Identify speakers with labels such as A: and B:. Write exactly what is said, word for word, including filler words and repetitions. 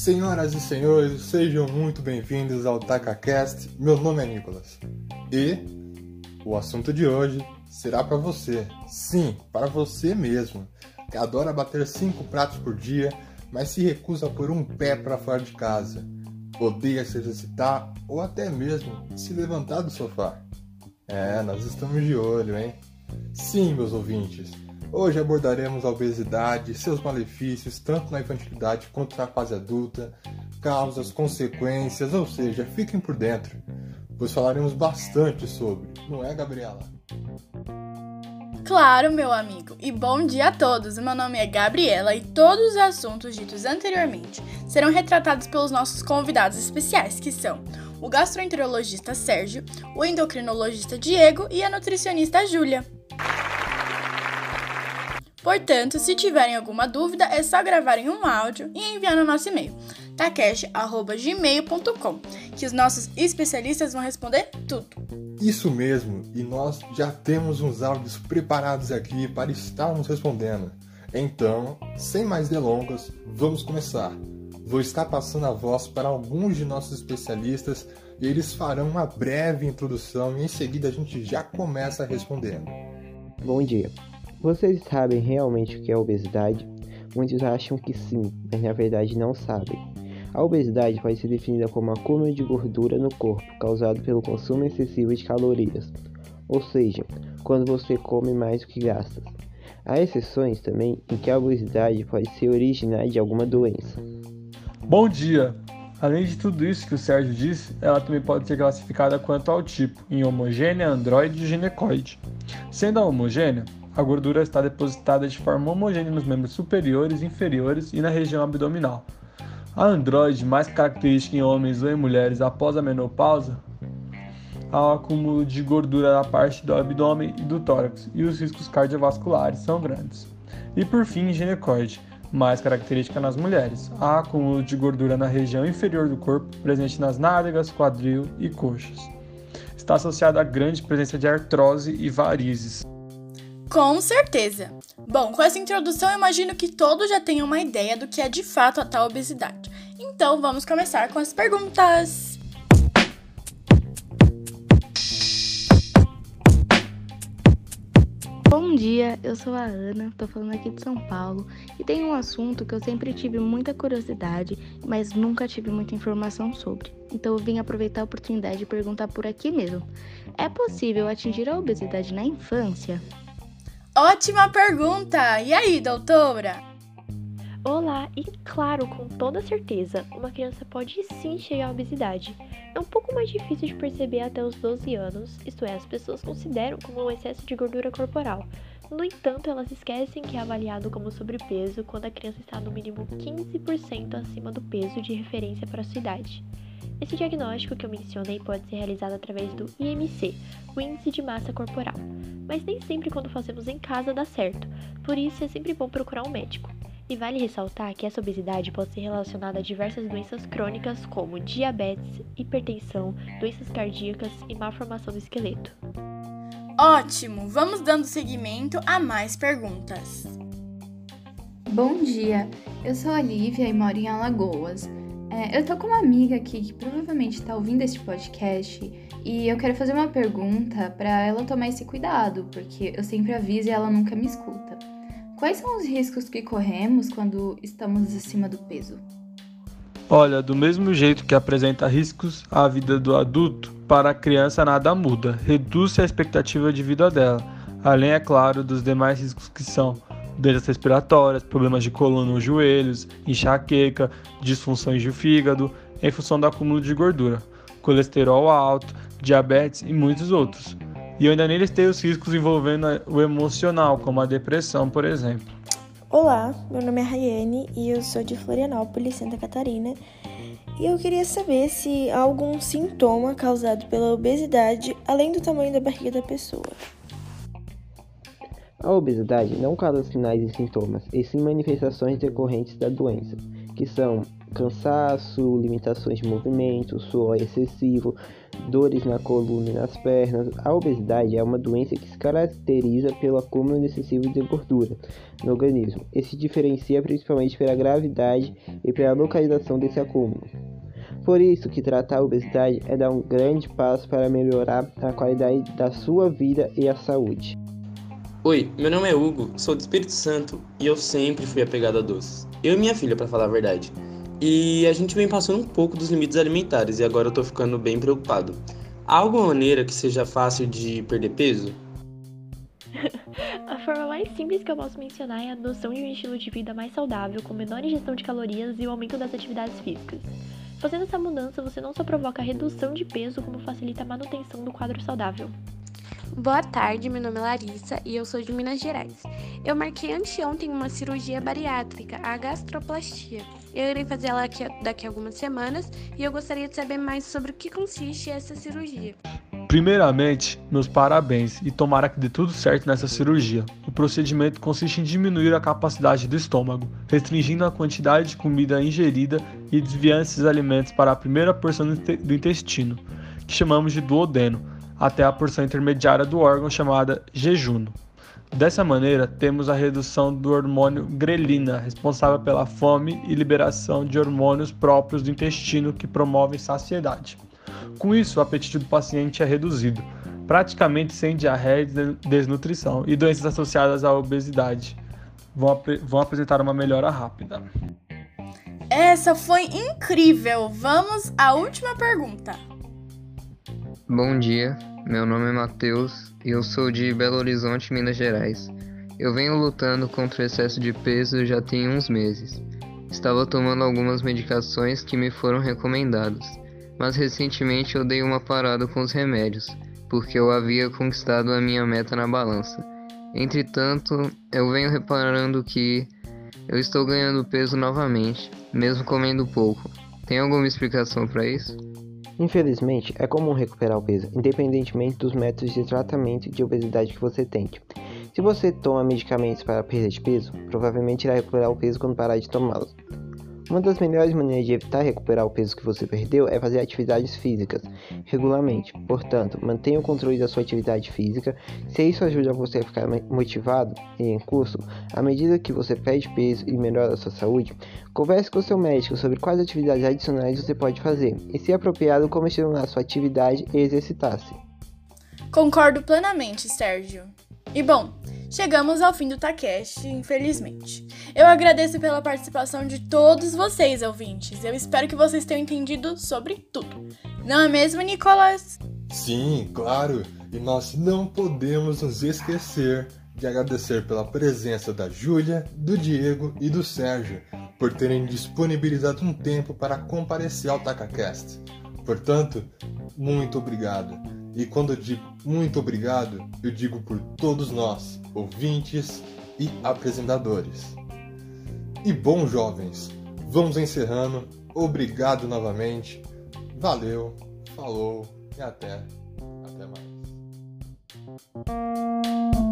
A: Senhoras e senhores, sejam muito bem-vindos ao TacaCast. Meu nome é Nicolas e o assunto de hoje será para você. Sim, para você mesmo, que adora bater cinco pratos por dia, mas se recusa a pôr um pé para fora de casa, odeia se exercitar ou até mesmo se levantar do sofá. É, nós estamos de olho, hein? Sim, meus ouvintes. Hoje abordaremos a obesidade, seus malefícios, tanto na infantilidade quanto na fase adulta, causas, consequências, ou seja, fiquem por dentro, pois falaremos bastante sobre, não é, Gabriela?
B: Claro, meu amigo, e bom dia a todos! Meu nome é Gabriela e todos os assuntos ditos anteriormente serão retratados pelos nossos convidados especiais, que são o gastroenterologista Sérgio, o endocrinologista Diego e a nutricionista Júlia. Portanto, se tiverem alguma dúvida, é só gravarem um áudio e enviar no nosso e-mail, tacash arroba gmail ponto com, que os nossos especialistas vão responder tudo.
A: Isso mesmo, e nós já temos uns áudios preparados aqui para estarmos respondendo. Então, sem mais delongas, vamos começar. Vou estar passando a voz para alguns de nossos especialistas e eles farão uma breve introdução e em seguida a gente já começa respondendo.
C: Bom dia. Vocês sabem realmente o que é obesidade? Muitos acham que sim, mas na verdade não sabem. A obesidade pode ser definida como acúmulo de gordura no corpo causado pelo consumo excessivo de calorias, ou seja, quando você come mais do que gasta. Há exceções também em que a obesidade pode ser originar de alguma doença.
D: Bom dia! Além de tudo isso que o Sérgio disse, ela também pode ser classificada quanto ao tipo, em homogênea, androide e ginecoide. Sendo a homogênea, a gordura está depositada de forma homogênea nos membros superiores, inferiores e na região abdominal. A androide, mais característica em homens ou em mulheres após a menopausa, há um acúmulo de gordura na parte do abdômen e do tórax, e os riscos cardiovasculares são grandes. E por fim, ginecoide, mais característica nas mulheres, há acúmulo de gordura na região inferior do corpo, presente nas nádegas, quadril e coxas. Está associado à grande presença de artrose e varizes.
B: Com certeza! Bom, com essa introdução eu imagino que todos já tenham uma ideia do que é de fato a tal obesidade. Então vamos começar com as perguntas!
E: Bom dia, eu sou a Ana, tô falando aqui de São Paulo e tem um assunto que eu sempre tive muita curiosidade, mas nunca tive muita informação sobre. Então eu vim aproveitar a oportunidade de perguntar por aqui mesmo. É possível atingir a obesidade na infância?
B: Ótima pergunta! E aí, doutora?
F: Olá, e claro, com toda certeza, uma criança pode sim chegar à obesidade. É um pouco mais difícil de perceber até os doze anos, isto é, as pessoas consideram como um excesso de gordura corporal. No entanto, elas esquecem que é avaliado como sobrepeso quando a criança está no mínimo quinze por cento acima do peso de referência para a sua idade. Esse diagnóstico que eu mencionei pode ser realizado através do I M C, o Índice de Massa Corporal, mas nem sempre quando fazemos em casa dá certo, por isso é sempre bom procurar um médico. E vale ressaltar que essa obesidade pode ser relacionada a diversas doenças crônicas como diabetes, hipertensão, doenças cardíacas e má formação do esqueleto.
B: Ótimo! Vamos dando seguimento a mais perguntas.
G: Bom dia, eu sou a Lívia e moro em Alagoas. É, eu tô com uma amiga aqui que provavelmente tá ouvindo este podcast e eu quero fazer uma pergunta para ela tomar esse cuidado, porque eu sempre aviso e ela nunca me escuta. Quais são os riscos que corremos quando estamos acima do peso?
D: Olha, do mesmo jeito que apresenta riscos à vida do adulto, para a criança nada muda, reduz a expectativa de vida dela, além, é claro, dos demais riscos que são doenças respiratórias, problemas de coluna ou joelhos, enxaqueca, disfunções do fígado, em função do acúmulo de gordura, colesterol alto, diabetes e muitos outros. E eu ainda nem listei os riscos envolvendo o emocional, como a depressão, por exemplo.
H: Olá, meu nome é Rayane e eu sou de Florianópolis, Santa Catarina. E eu queria saber se há algum sintoma causado pela obesidade, além do tamanho da barriga da pessoa.
C: A obesidade não causa sinais e sintomas, e sim manifestações decorrentes da doença. que são cansaço, limitações de movimento, suor excessivo, dores na coluna e nas pernas. A obesidade é uma doença que se caracteriza pelo acúmulo excessivo de gordura no organismo e se diferencia principalmente pela gravidade e pela localização desse acúmulo. Por isso que tratar a obesidade é dar um grande passo para melhorar a qualidade da sua vida e a saúde.
I: Oi, meu nome é Hugo, sou do Espírito Santo e eu sempre fui apegado a doces. Eu e minha filha, pra falar a verdade. E a gente vem passando um pouco dos limites alimentares e agora eu tô ficando bem preocupado. Há alguma maneira que seja fácil de perder peso?
F: A forma mais simples que eu posso mencionar é a adoção de um estilo de vida mais saudável, com menor ingestão de calorias e o aumento das atividades físicas. Fazendo essa mudança, você não só provoca a redução de peso, como facilita a manutenção do quadro saudável.
J: Boa tarde, meu nome é Larissa e eu sou de Minas Gerais. Eu marquei anteontem uma cirurgia bariátrica, a gastroplastia. Eu irei fazer ela aqui, daqui a algumas semanas e eu gostaria de saber mais sobre o que consiste essa cirurgia.
D: Primeiramente, meus parabéns e tomara que dê tudo certo nessa cirurgia. O procedimento consiste em diminuir a capacidade do estômago, restringindo a quantidade de comida ingerida e desviando esses alimentos para a primeira porção do intestino, que chamamos de duodeno, até a porção intermediária do órgão chamada jejuno. Dessa maneira, temos a redução do hormônio grelina, responsável pela fome e liberação de hormônios próprios do intestino que promovem saciedade. Com isso, o apetite do paciente é reduzido, praticamente sem diarreia e desnutrição, e doenças associadas à obesidade vão, ap- vão apresentar uma melhora rápida.
B: Essa foi incrível! Vamos à última pergunta.
K: Bom dia, meu nome é Matheus e eu sou de Belo Horizonte, Minas Gerais. Eu venho lutando contra o excesso de peso já tem uns meses. Estava tomando algumas medicações que me foram recomendadas, mas recentemente eu dei uma parada com os remédios, porque eu havia conquistado a minha meta na balança. Entretanto, eu venho reparando que eu estou ganhando peso novamente, mesmo comendo pouco. Tem alguma explicação para isso?
C: Infelizmente, é comum recuperar o peso, independentemente dos métodos de tratamento de obesidade que você tente. Se você toma medicamentos para perda de peso, provavelmente irá recuperar o peso quando parar de tomá-los. Uma das melhores maneiras de evitar recuperar o peso que você perdeu é fazer atividades físicas regularmente. Portanto, mantenha o controle da sua atividade física. Se isso ajuda você a ficar motivado e em curso, à medida que você perde peso e melhora a sua saúde, converse com o seu médico sobre quais atividades adicionais você pode fazer e, se apropriado, como estimular a sua atividade e exercitar-se.
B: Concordo plenamente, Sérgio. E bom, chegamos ao fim do TaCast, infelizmente. Eu agradeço pela participação de todos vocês, ouvintes. Eu espero que vocês tenham entendido sobre tudo. Não é mesmo, Nicolas?
A: Sim, claro. E nós não podemos nos esquecer de agradecer pela presença da Júlia, do Diego e do Sérgio, por terem disponibilizado um tempo para comparecer ao TaCast. Portanto, muito obrigado. E quando eu digo muito obrigado, eu digo por todos nós, ouvintes e apresentadores. E bom, jovens, vamos encerrando. Obrigado novamente. Valeu, falou e até, até mais.